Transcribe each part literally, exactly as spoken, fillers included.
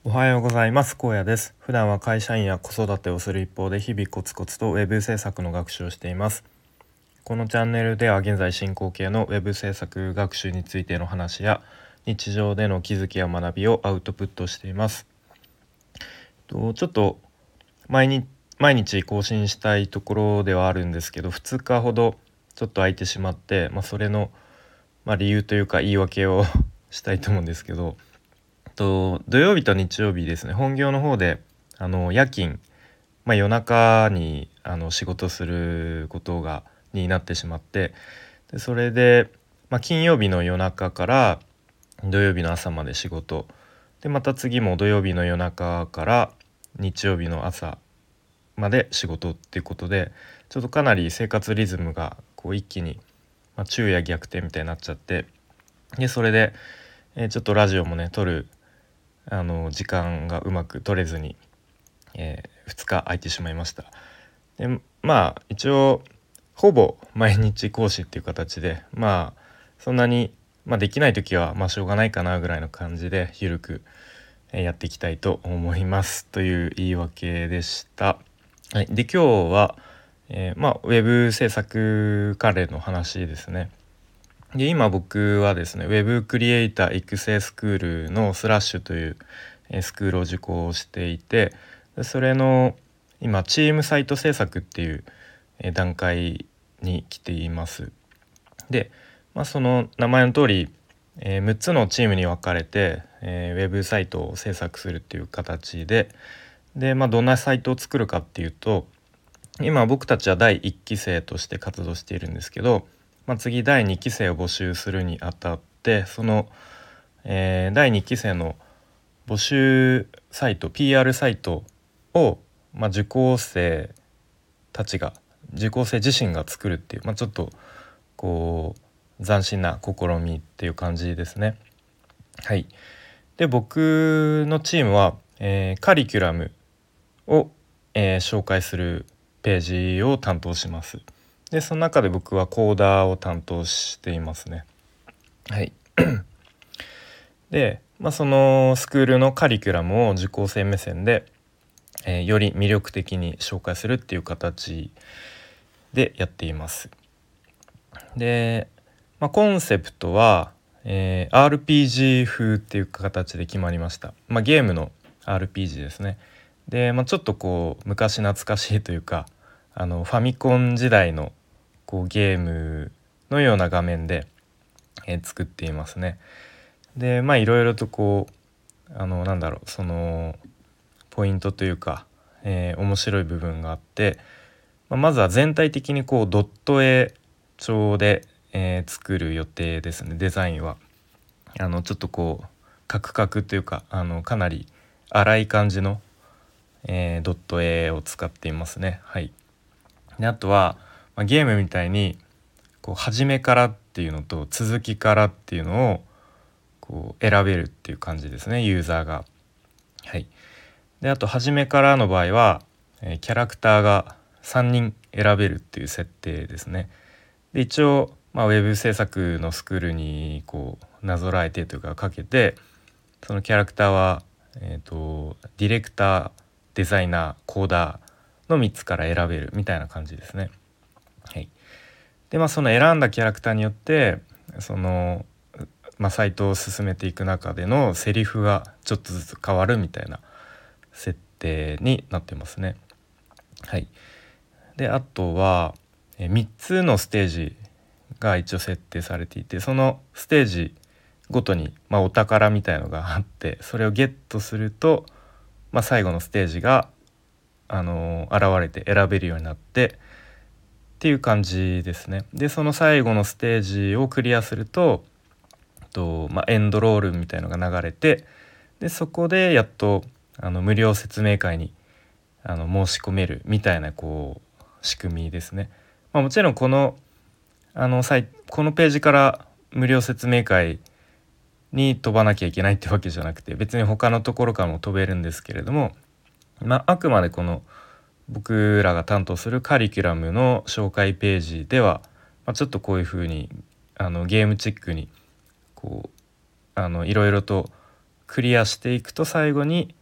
おはようございます。荒野です。普段は会社員や子育てをする一方で日々コツコツとウェブ制作の学習をしています。このチャンネルでは現在進行形のウェブ制作学習についての話や日常での気づきや学びをアウトプットしています。とちょっと毎日毎日更新したいところではあるんですけど、ふつかほどちょっと空いてしまって、まあ、それの、まあ、理由というか言い訳をしたいと思うんですけど、と土曜日と日曜日ですね、本業の方であの夜勤、まあ、夜中にあの仕事することがになってしまって、でそれで、まあ、金曜日の夜中から土曜日の朝まで仕事で、また次も土曜日の夜中から日曜日の朝まで仕事っていうことで、ちょっとかなり生活リズムがこう一気に、まあ、昼夜逆転みたいになっちゃって、でそれで、えーちょっとラジオもね撮るあの時間がうまく取れずに、えーふつか空いてしまいました。でまあ一応ほぼ毎日講師っていう形で、まあそんなに、まあ、できない時はまあしょうがないかなぐらいの感じでゆるくえーやっていきたいと思いますという言い訳でした。はい、で今日は、えーまあ、ウェブ制作関連の話ですね。で今僕はですねウェブクリエイター育成スクールのスラッシュというえースクールを受講していて、でそれの今チームサイト制作っていうえー段階に来ています。で、まあ、その名前の通り、えーむっつのチームに分かれて、えーウェブサイトを制作するっていう形で、で、まあ、どんなサイトを作るかっていうと、今僕たちはだいいっき生として活動しているんですけど、まあ、次だいにき生を募集するにあたって、その、えーだいにき生の募集サイト ピーアール サイトを、まあ、受講生たちが受講生自身が作るっていう、まあ、ちょっとこう斬新な試みっていう感じですね。はい。で僕のチームは、えーカリキュラムを、えー紹介するページを担当します。でその中で僕はコーダーを担当していますね。はい。で、まあ、そのスクールのカリキュラムを受講生目線で、えーより魅力的に紹介するっていう形でやっています。で、まあ、コンセプトは、えー アールピージー 風っていう形で決まりました。まあ、ゲームの アールピージー ですね。で、まあ、ちょっとこう昔懐かしいというか、あのファミコン時代のこうゲームのような画面で、えー作っていますね。でまあいろいろとこうあのなんだろうそのポイントというか、えー面白い部分があって、まあ、まずは全体的にこうドット絵調で、えー作る予定ですね。デザインはあのちょっとこうカクカクというかあのかなり粗い感じの、えードット絵を使っていますね。はい。であとは、まあ、ゲームみたいにこう初めからっていうのと続きからっていうのをこう選べるっていう感じですね、ユーザーが。はい。であと初めからの場合は、えーキャラクターがさんにん選べるっていう設定ですね。で一応、まあ、ウェブ制作のスクールにこうなぞらえてというかかけて、そのキャラクターは、えーと、ディレクター、デザイナー、コーダーのみっつから選べるみたいな感じですね。はい。でまあその選んだキャラクターによってその、まあ、サイトを進めていく中でのセリフがちょっとずつ変わるみたいな設定になってますね。はい。であとはえみっつのステージが一応設定されていて、そのステージごとに、まあ、お宝みたいのがあって、それをゲットすると、まあ、最後のステージが、あのー現れて選べるようになってっていう感じですね。でその最後のステージをクリアすると、と、まあ、エンドロールみたいのが流れて、でそこでやっとあの無料説明会にあの申し込めるみたいなこう仕組みですね。まあ、もちろんこのあのサイこのページから無料説明会に飛ばなきゃいけないってわけじゃなくて、別に他のところからも飛べるんですけれども、まあ、あくまでこの僕らが担当するカリキュラムの紹介ページでは、まあ、ちょっとこういうふうにあのゲームチックにこうあのいろいろとクリアしていくと最後に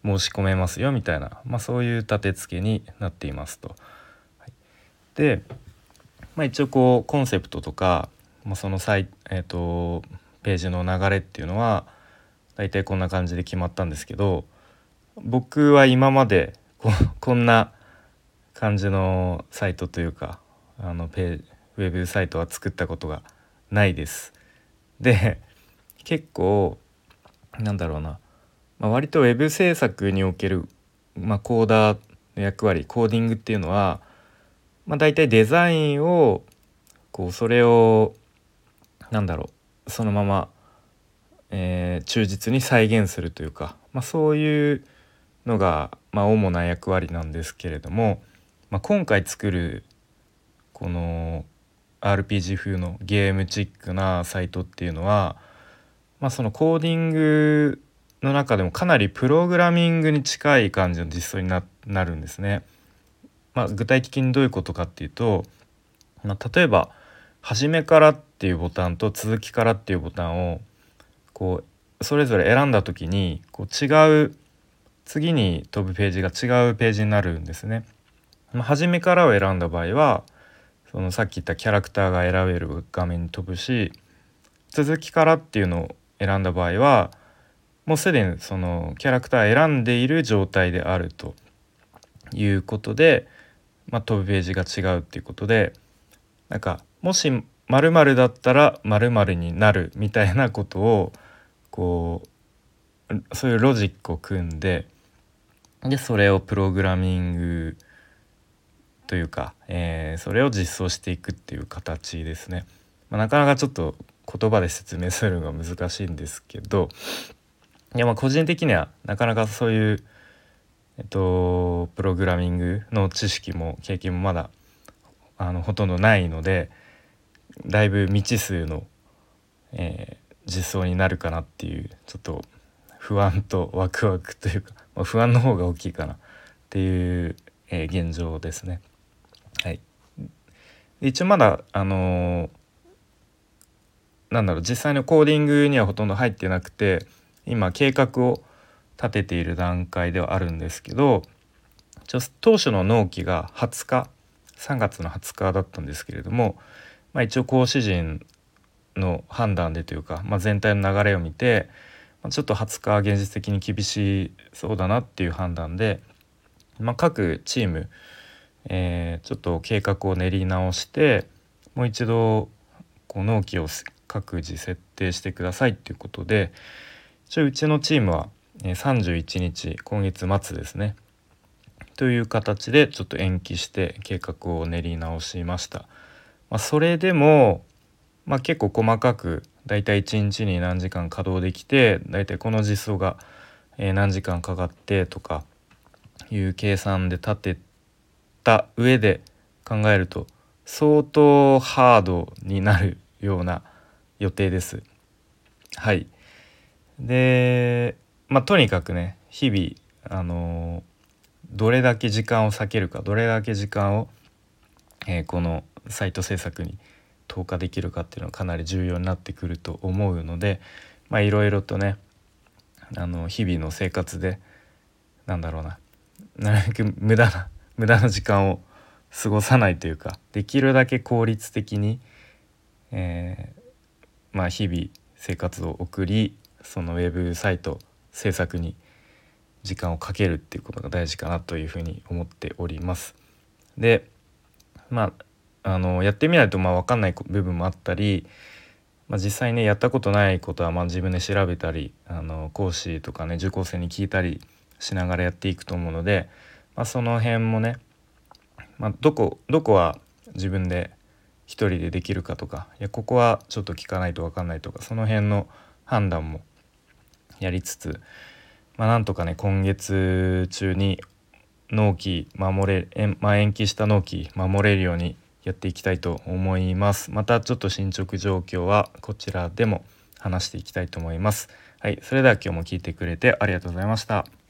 申し込めますよみたいな、まあ、そういう立て付けになっていますと。はい、で、まあ、一応こうコンセプトとか、まあ、そのサイ、えーと、ページの流れっていうのは大体こんな感じで決まったんですけど、僕は今までここんな感じのサイトというかあのページウェブサイトは作ったことがないです。で結構なんだろうな、まあ、割とウェブ制作における、まあ、コーダーの役割コーディングっていうのは、まあ、大体デザインをこうそれをなんだろうそのまま、えー忠実に再現するというか、まあ、そういうのが、まあ、主な役割なんですけれども、まあ、今回作るこの アールピージー 風のゲームチックなサイトっていうのは、まあ、そのコーディングの中でもかなりプログラミングに近い感じの実装に な, なるんですね。まあ、具体的にどういうことかっていうと、まあ、例えば「初めから」っていうボタンと「続きから」っていうボタンをこうそれぞれ選んだ時にこう違う次に飛ぶページが違うページになるんですね。まあ、初めからを選んだ場合はそのさっき言ったキャラクターが選べる画面に飛ぶし、続きからっていうのを選んだ場合はもうすでにそのキャラクターを選んでいる状態であるということで、まあ、飛ぶページが違うっていうことで、なんかもし〇〇だったら〇〇になるみたいなことをこうそういうロジックを組んで、でそれをプログラミングというか、えー、それを実装していくっていう形ですね。まあ、なかなかちょっと言葉で説明するのが難しいんですけど、いやまあ個人的にはなかなかそういう、えっと、プログラミングの知識も経験もまだあのほとんどないので、だいぶ未知数の、えー、実装になるかなっていうちょっと不安とワクワクというか、まあ、不安の方が大きいかなっていう、えー、現状ですね。はい、一応まだあのー、なんだろう実際のコーディングにはほとんど入ってなくて、今計画を立てている段階ではあるんですけど、当初の納期がはつかさんがつのはつかだったんですけれども、まあ、一応講師陣の判断でというか、まあ、全体の流れを見て、まあ、ちょっとはつかは現実的に厳しそうだなっていう判断で、まあ、各チーム、えー、ちょっと計画を練り直してもう一度こう納期を各自設定してくださいっていうことで、一応うちのチームはさんじゅういちにち今月末ですねという形でちょっと延期して計画を練り直しました。まあ、それでも、まあ、結構細かくだいたいいちにちに何時間稼働できて、だいたいこの実装が何時間かかってとかいう計算で立てた上で考えると相当ハードになるような予定です。はい。で、まあとにかくね日々あのどれだけ時間を割けるか、どれだけ時間を、えー、このサイト制作に投下できるかっていうのはかなり重要になってくると思うので、まあいろいろとねあの日々の生活でなんだろうななるべく無駄な無駄な時間を過ごさないというか、できるだけ効率的に、えー、まあ日々生活を送り、そのウェブサイト制作に時間をかけるっていうことが大事かなというふうに思っております。で、まああのやってみないとまあ分かんない部分もあったり、まあ、実際ねやったことないことはまあ自分で調べたり、あの講師とかね受講生に聞いたりしながらやっていくと思うので、まあ、その辺もね、まあ、どこどこは自分で一人でできるかとか、いやここはちょっと聞かないと分かんないとか、その辺の判断もやりつつ、まあ、なんとかね今月中に納期守れ、え、まあ、延期した納期守れるようにやっていきたいと思います。またちょっと進捗状況はこちらでも話していきたいと思います。はい、それでは今日も聞いてくれてありがとうございました。